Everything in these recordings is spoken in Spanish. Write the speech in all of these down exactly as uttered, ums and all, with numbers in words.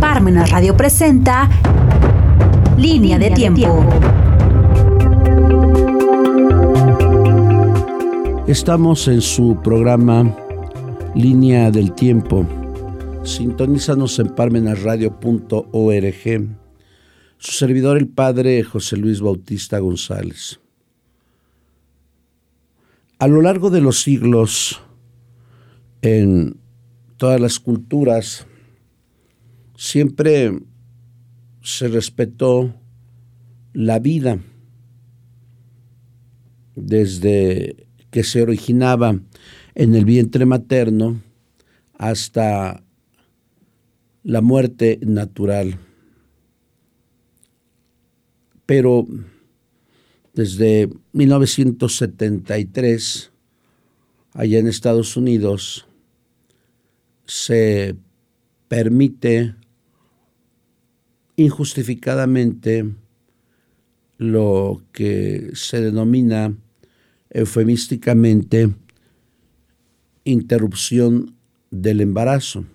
Parmenas Radio presenta Línea de Tiempo. Estamos en su programa Línea del Tiempo. Sintonízanos en parmenas radio punto org. Su servidor, el padre José Luis Bautista González. A lo largo de los siglos, en todas las culturas, siempre se respetó la vida desde que se originaba en el vientre materno hasta la muerte natural. Pero desde mil novecientos setenta y tres, allá en Estados Unidos, se permite injustificadamente lo que se denomina eufemísticamente interrupción del embarazo.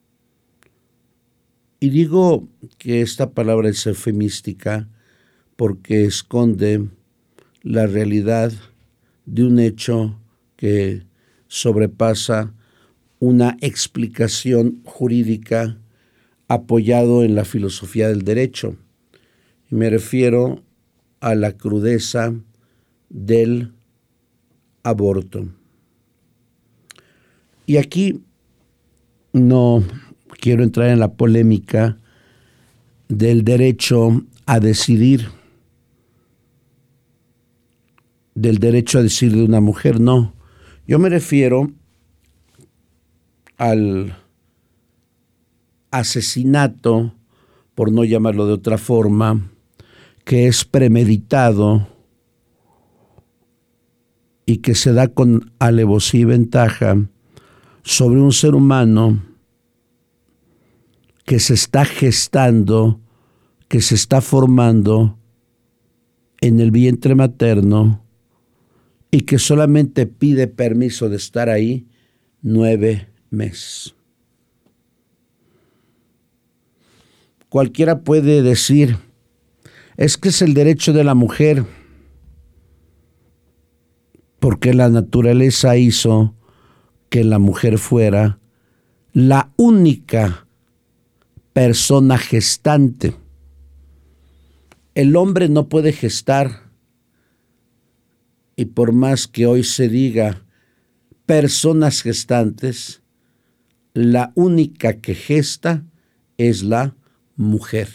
Y digo que esta palabra es eufemística porque esconde la realidad de un hecho que sobrepasa una explicación jurídica apoyado en la filosofía del derecho. Y me refiero a la crudeza del aborto. Y aquí no quiero entrar en la polémica del derecho a decidir, del derecho a decidir de una mujer, no. Yo me refiero al asesinato, por no llamarlo de otra forma, que es premeditado y que se da con alevosía y ventaja sobre un ser humano que se está gestando, que se está formando en el vientre materno y que solamente pide permiso de estar ahí nueve meses. Cualquiera puede decir, es que es el derecho de la mujer, porque la naturaleza hizo que la mujer fuera la única persona gestante. El hombre no puede gestar, y por más que hoy se diga personas gestantes, la única que gesta es la mujer.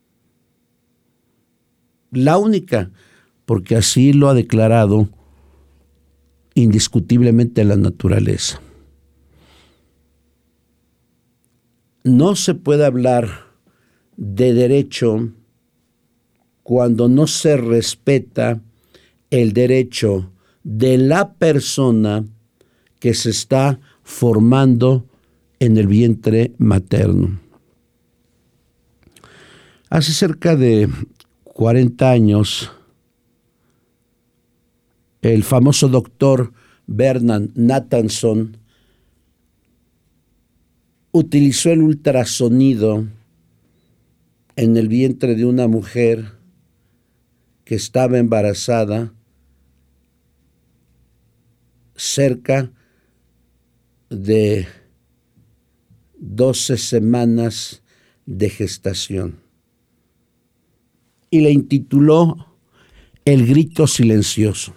La única, porque así lo ha declarado indiscutiblemente la naturaleza. No se puede hablar de derecho cuando no se respeta el derecho de la persona que se está formando en el vientre materno. Hace cerca de cuarenta años, el famoso doctor Bernard Nathanson utilizó el ultrasonido en el vientre de una mujer que estaba embarazada cerca de doce semanas de gestación. Y le intituló El grito silencioso.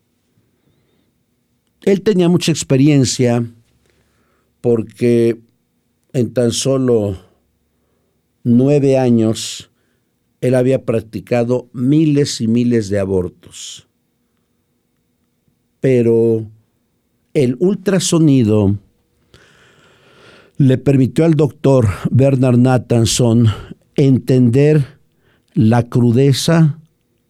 Él tenía mucha experiencia porque en tan solo nueve años él había practicado miles y miles de abortos. Pero el ultrasonido le permitió al doctor Bernard Nathanson entender la crudeza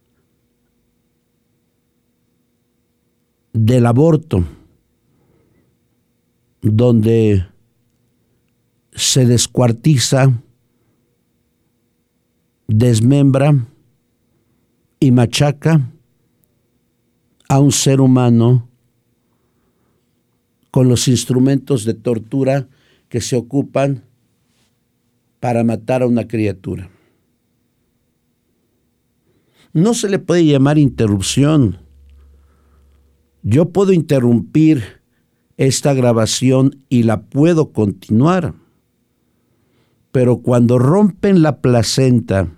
del aborto, donde se descuartiza, desmembra y machaca a un ser humano con los instrumentos de tortura que se ocupan para matar a una criatura. No se le puede llamar interrupción. Yo puedo interrumpir esta grabación y la puedo continuar. Pero cuando rompen la placenta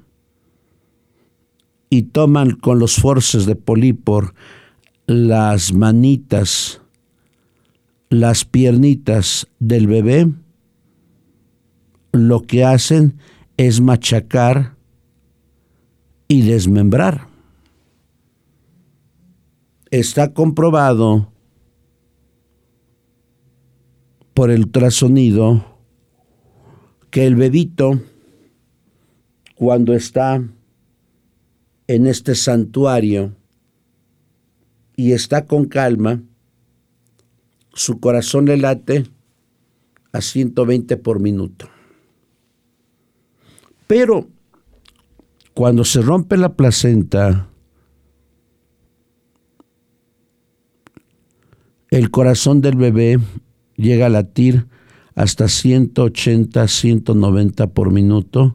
y toman con los forceps de Polipor las manitas, las piernitas del bebé, lo que hacen es machacar y desmembrar. Está comprobado por el ultrasonido que el bebito, cuando está en este santuario y está con calma, su corazón le late a ciento veinte por minuto. Pero cuando se rompe la placenta, el corazón del bebé llega a latir hasta ciento ochenta, ciento noventa por minuto,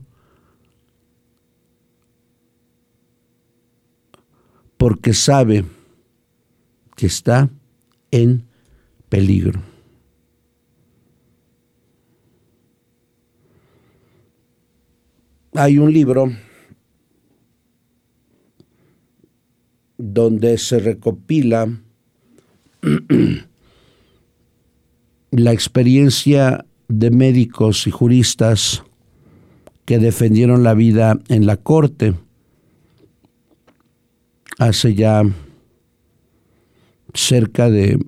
porque sabe que está en peligro. Hay un libro donde se recopila la experiencia de médicos y juristas que defendieron la vida en la corte hace ya cerca de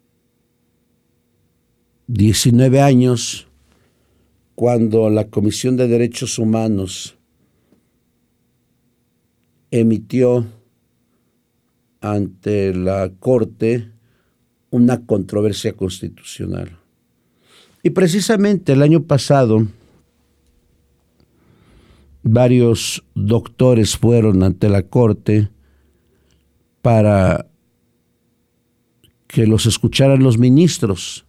diecinueve años, cuando la Comisión de Derechos Humanos emitió ante la Corte una controversia constitucional. Y precisamente el año pasado, varios doctores fueron ante la Corte para que los escucharan los ministros.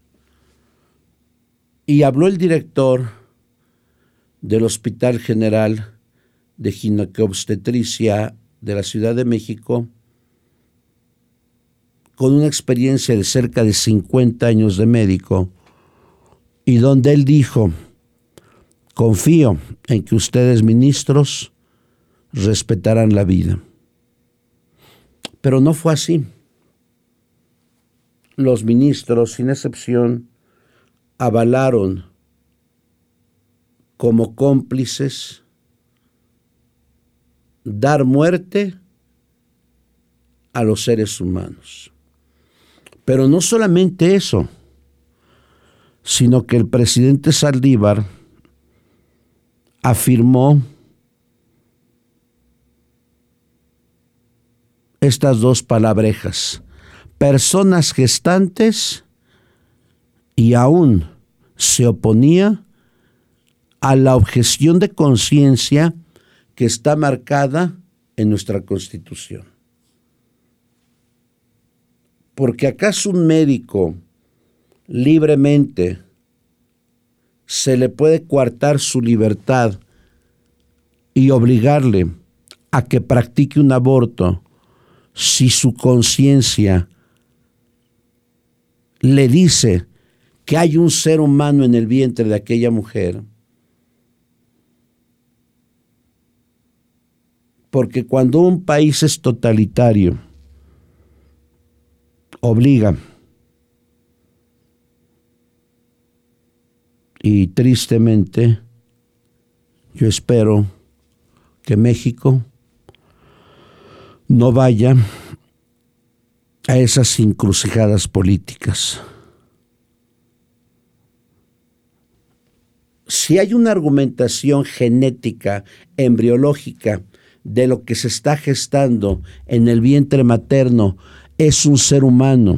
Y habló el director del Hospital General de Ginecobstetricia de la Ciudad de México, con una experiencia de cerca de cincuenta años de médico, y donde él dijo: confío en que ustedes, ministros, respetarán la vida. Pero no fue así. Los ministros, sin excepción, avalaron como cómplices dar muerte a los seres humanos. Pero no solamente eso, sino que el presidente Saldívar afirmó estas dos palabrejas: personas gestantes, y aún se oponía a la objeción de conciencia que está marcada en nuestra Constitución. Porque ¿acaso un médico libremente se le puede coartar su libertad y obligarle a que practique un aborto si su conciencia le dice que hay un ser humano en el vientre de aquella mujer? Porque cuando un país es totalitario, obliga, y tristemente yo espero que México no vaya a esas encrucijadas políticas. Si hay una argumentación genética, embriológica, de lo que se está gestando en el vientre materno, es un ser humano.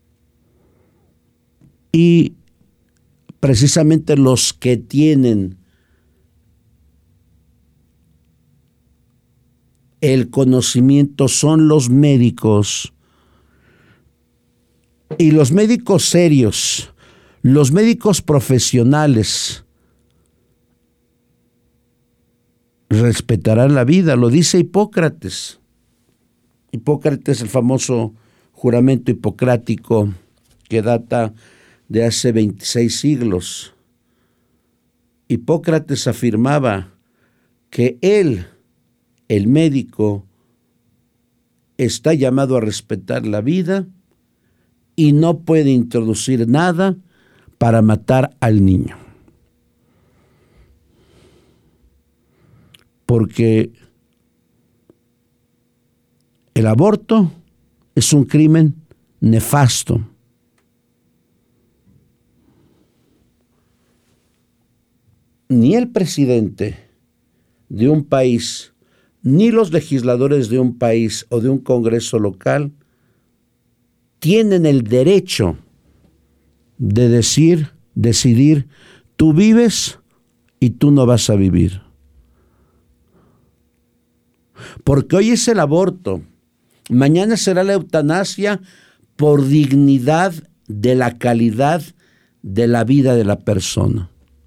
Y precisamente los que tienen el conocimiento son los médicos, y los médicos serios, los médicos profesionales, respetarán la vida, lo dice Hipócrates. Hipócrates, el famoso juramento hipocrático que data de hace veintiséis siglos. Hipócrates afirmaba que él, el médico, está llamado a respetar la vida y no puede introducir nada para matar al niño. Porque el aborto es un crimen nefasto. Ni el presidente de un país, ni los legisladores de un país o de un congreso local tienen el derecho de decir, decidir, tú vives y tú no vas a vivir. Porque hoy es el aborto, mañana será la eutanasia por dignidad de la calidad de la vida de la persona.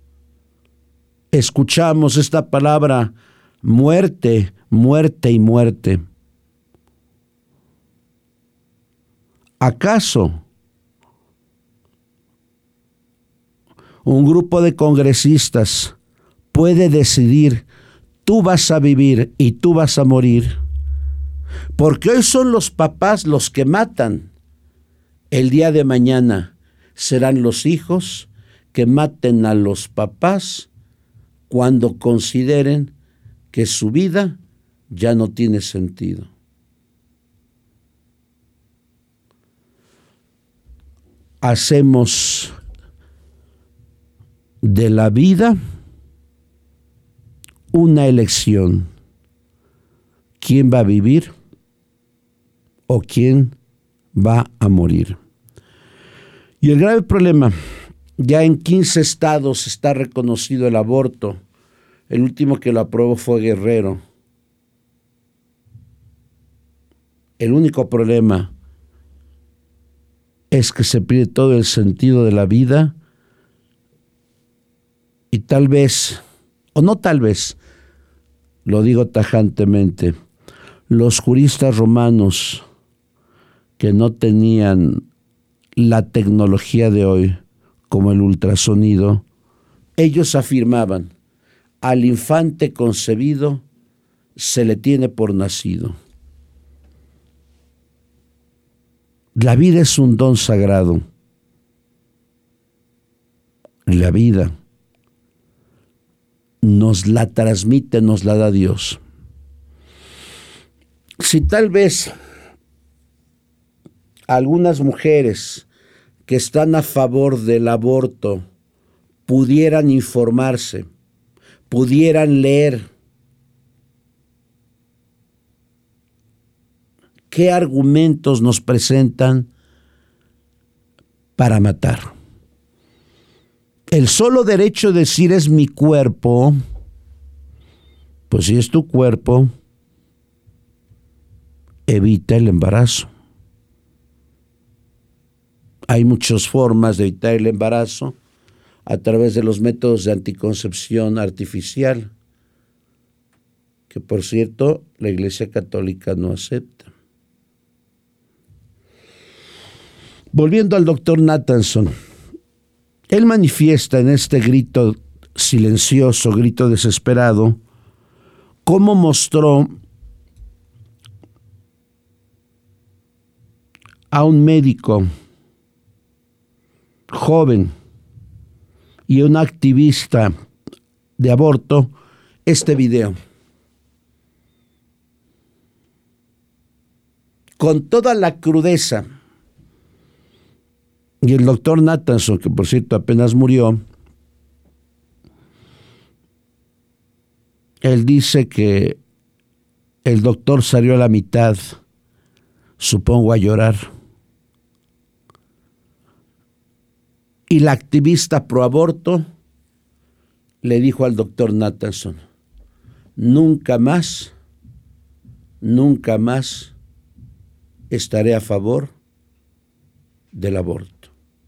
Escuchamos esta palabra muerte, muerte y muerte. ¿Acaso un grupo de congresistas puede decidir tú vas a vivir y tú vas a morir? Porque hoy son los papás los que matan. El día de mañana serán los hijos que maten a los papás cuando consideren que su vida ya no tiene sentido. Hacemos de la vida una elección. ¿Quién va a vivir o quién va a morir? Y el grave problema, ya en quince estados está reconocido el aborto. El último que lo aprobó fue Guerrero. El único problema es que se pierde todo el sentido de la vida y tal vez, o no tal vez, lo digo tajantemente, los juristas romanos que no tenían la tecnología de hoy, como el ultrasonido, ellos afirmaban, al infante concebido se le tiene por nacido. La vida es un don sagrado. La vida nos la transmite, nos la da Dios. Si tal vez algunas mujeres que están a favor del aborto pudieran informarse, pudieran leer qué argumentos nos presentan para matar. El solo derecho de decir es mi cuerpo, pues si es tu cuerpo, evita el embarazo. Hay muchas formas de evitar el embarazo a través de los métodos de anticoncepción artificial, que por cierto la Iglesia Católica no acepta. Volviendo al doctor Nathanson, él manifiesta en este grito silencioso, grito desesperado, cómo mostró a un médico joven y un activista de aborto este video. Con toda la crudeza. Y el doctor Nathanson, que por cierto apenas murió, él dice que el doctor salió a la mitad, supongo a llorar. Y la activista pro aborto le dijo al doctor Nathanson, nunca más, nunca más estaré a favor del aborto.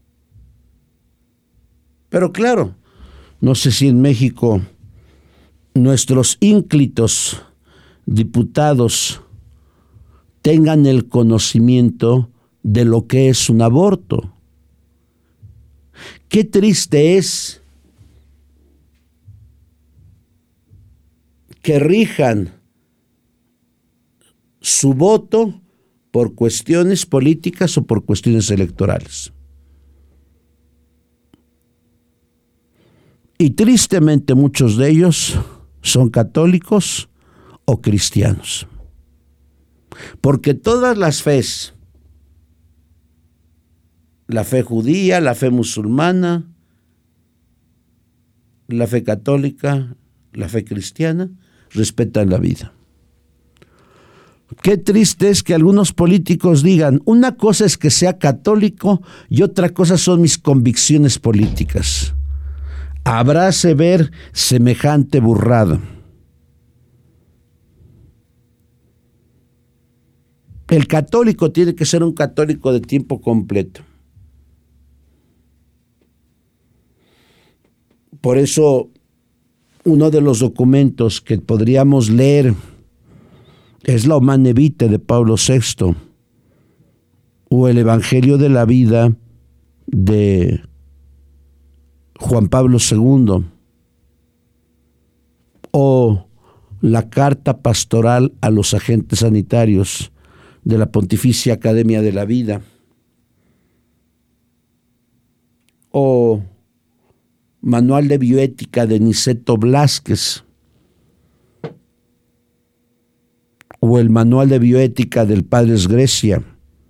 Pero claro, no sé si en México nuestros ínclitos diputados tengan el conocimiento de lo que es un aborto. Qué triste es que rijan su voto por cuestiones políticas o por cuestiones electorales. Y tristemente muchos de ellos son católicos o cristianos. Porque todas las fes, la fe judía, la fe musulmana, la fe católica, la fe cristiana, respetan la vida. Qué triste es que algunos políticos digan, una cosa es que sea católico y otra cosa son mis convicciones políticas. Habráse ver semejante burrada. El católico tiene que ser un católico de tiempo completo. Por eso, uno de los documentos que podríamos leer es la Humanae Vitae de Pablo sexto o el Evangelio de la Vida de Juan Pablo segundo o la Carta Pastoral a los Agentes Sanitarios de la Pontificia Academia de la Vida o Manual de Bioética de Niceto Blázquez o el Manual de Bioética del Padre Grecia.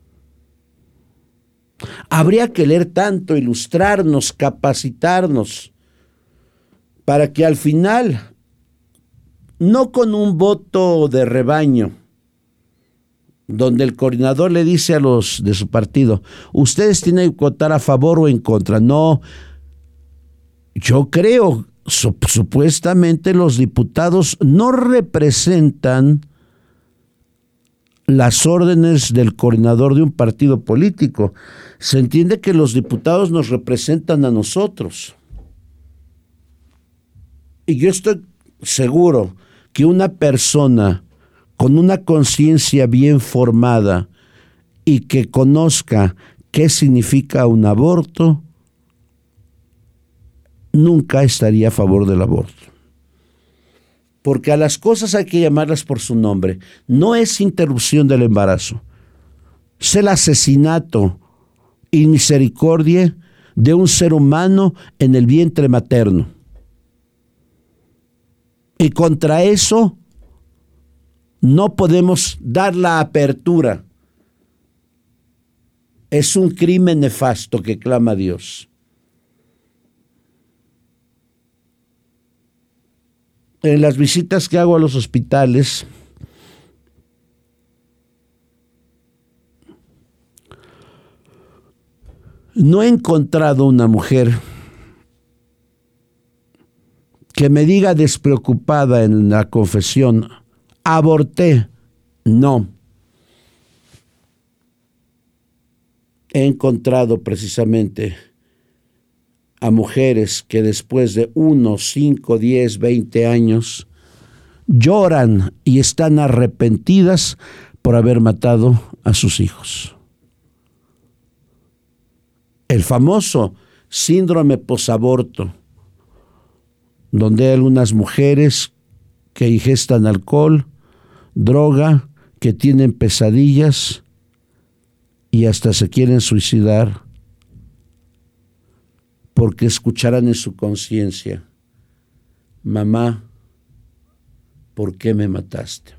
Habría que leer tanto, ilustrarnos, capacitarnos, para que al final, no con un voto de rebaño, donde el coordinador le dice a los de su partido, ustedes tienen que votar a favor o en contra. No, yo creo, sup- supuestamente los diputados no representan las órdenes del coordinador de un partido político. Se entiende que los diputados nos representan a nosotros. Y yo estoy seguro que una persona con una conciencia bien formada y que conozca qué significa un aborto, nunca estaría a favor del aborto. Porque a las cosas hay que llamarlas por su nombre. No es interrupción del embarazo. Es el asesinato y misericordia de un ser humano en el vientre materno. Y contra eso no podemos dar la apertura. Es un crimen nefasto que clama a Dios. En las visitas que hago a los hospitales, no he encontrado una mujer que me diga despreocupada en la confesión, aborté. No. He encontrado precisamente a mujeres que después de uno, cinco, diez, veinte años lloran y están arrepentidas por haber matado a sus hijos. El famoso síndrome posaborto, donde hay algunas mujeres que ingestan alcohol, droga, que tienen pesadillas y hasta se quieren suicidar porque escucharán en su conciencia, mamá, ¿por qué me mataste?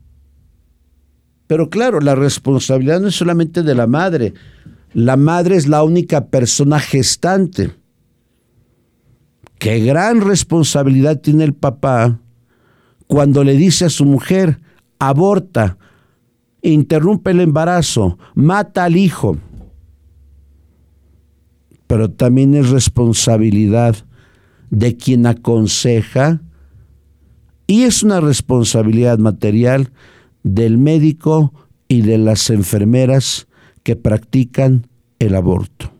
Pero claro, la responsabilidad no es solamente de la madre. La madre es la única persona gestante. Qué gran responsabilidad tiene el papá cuando le dice a su mujer, aborta, interrumpe el embarazo, mata al hijo. Pero también es responsabilidad de quien aconseja y es una responsabilidad material del médico y de las enfermeras que practican el aborto.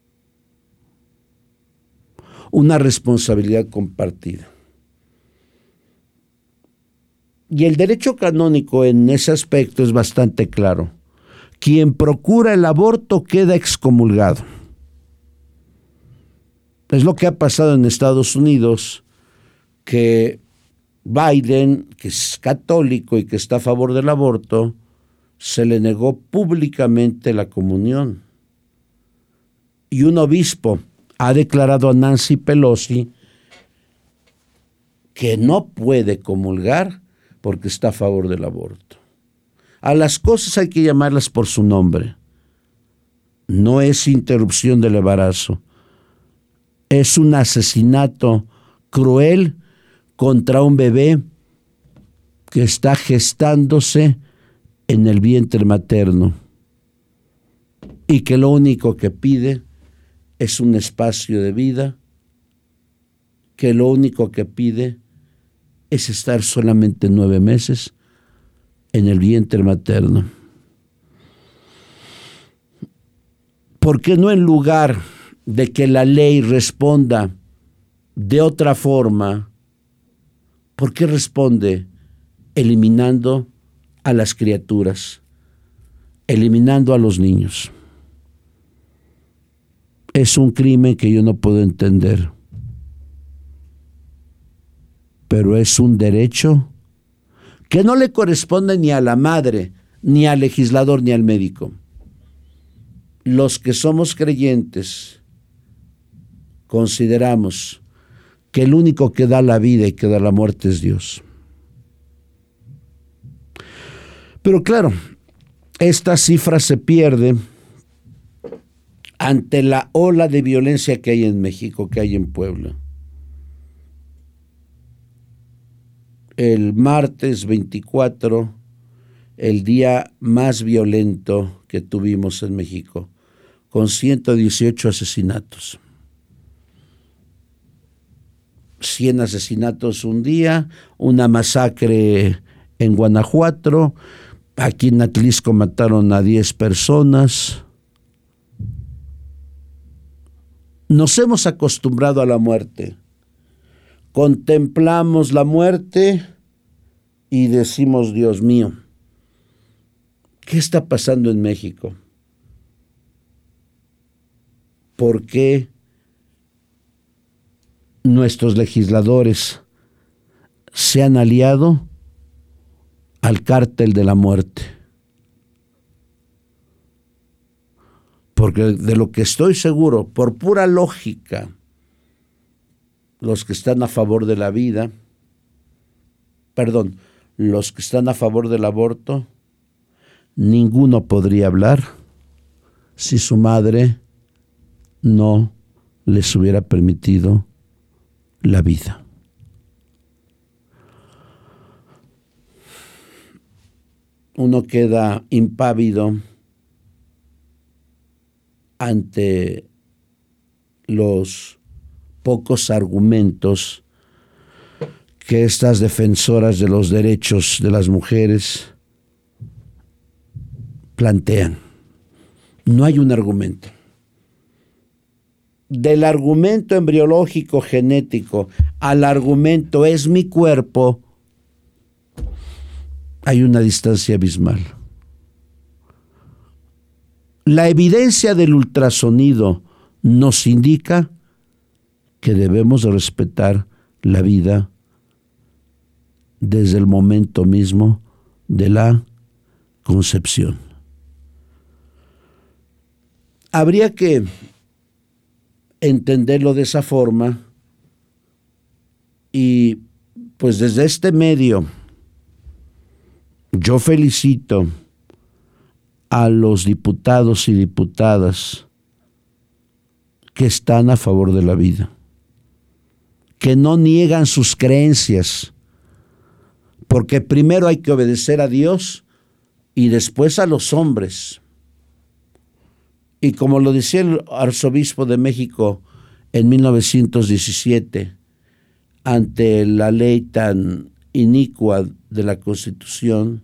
Una responsabilidad compartida. Y el derecho canónico en ese aspecto es bastante claro. Quien procura el aborto queda excomulgado. Es lo que ha pasado en Estados Unidos, que Biden, que es católico y que está a favor del aborto, se le negó públicamente la comunión. Y un obispo ha declarado a Nancy Pelosi que no puede comulgar porque está a favor del aborto. A las cosas hay que llamarlas por su nombre. No es interrupción del embarazo. Es un asesinato cruel contra un bebé que está gestándose en el vientre materno y que lo único que pide es un espacio de vida, que lo único que pide es estar solamente nueve meses en el vientre materno. ¿Por qué no, en lugar de que la ley responda de otra forma, por qué responde eliminando a las criaturas, eliminando a los niños? Es un crimen que yo no puedo entender, pero es un derecho que no le corresponde ni a la madre, ni al legislador, ni al médico. Los que somos creyentes consideramos que el único que da la vida y que da la muerte es Dios. Pero claro, esta cifra se pierde ante la ola de violencia que hay en México, que hay en Puebla. El martes veinticuatro, el día más violento que tuvimos en México, con ciento dieciocho asesinatos. cien asesinatos un día, una masacre en Guanajuato, aquí en Atlisco mataron a diez personas. Nos hemos acostumbrado a la muerte. Contemplamos la muerte y decimos, Dios mío, ¿qué está pasando en México? ¿Por qué nuestros legisladores se han aliado al cártel de la muerte? Porque de lo que estoy seguro, por pura lógica, los que están a favor de la vida, perdón, los que están a favor del aborto, ninguno podría hablar si su madre no les hubiera permitido la vida. Uno queda impávido ante los pocos argumentos que estas defensoras de los derechos de las mujeres plantean. No hay un argumento. Del argumento embriológico genético al argumento es mi cuerpo, hay una distancia abismal. La evidencia del ultrasonido nos indica que debemos respetar la vida desde el momento mismo de la concepción. Habría que entenderlo de esa forma y pues desde este medio yo felicito a los diputados y diputadas que están a favor de la vida, que no niegan sus creencias, porque primero hay que obedecer a Dios y después a los hombres. Y como lo decía el arzobispo de México en mil novecientos diecisiete, ante la ley tan inicua de la Constitución,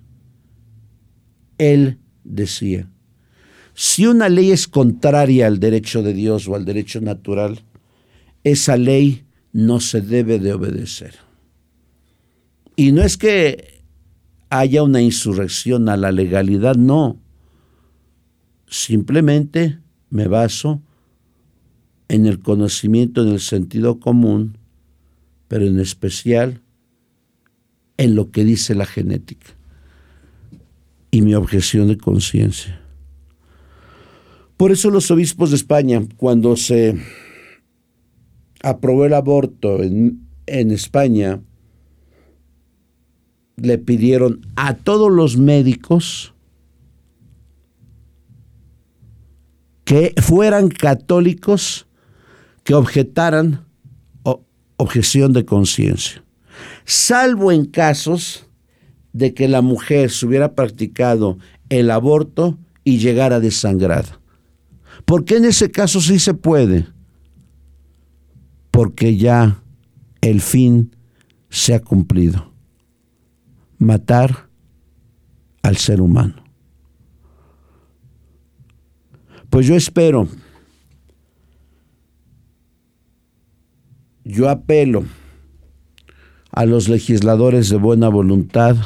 él decía, si una ley es contraria al derecho de Dios o al derecho natural, esa ley no se debe de obedecer. Y no es que haya una insurrección a la legalidad, no. Simplemente me baso en el conocimiento, en el sentido común, pero en especial en lo que dice la genética y mi objeción de conciencia. Por eso los obispos de España, cuando se aprobó el aborto en, en España, le pidieron a todos los médicos que fueran católicos que objetaran o, objeción de conciencia, salvo en casos de que la mujer se hubiera practicado el aborto y llegara desangrada. ¿Por qué en ese caso sí se puede? Porque ya el fin se ha cumplido: matar al ser humano. Pues yo espero, yo apelo a los legisladores de buena voluntad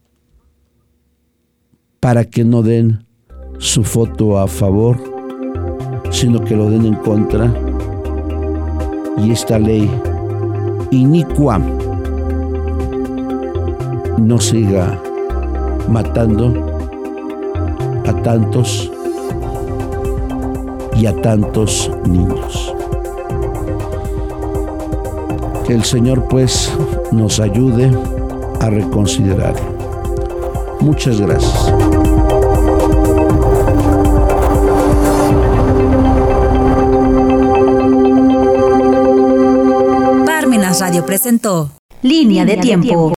para que no den su voto a favor, sino que lo den en contra, y esta ley inicua no siga matando a tantos y a tantos niños. Que el Señor pues nos ayude a reconsiderar. Muchas gracias. Parmenas Radio presentó Línea de Tiempo.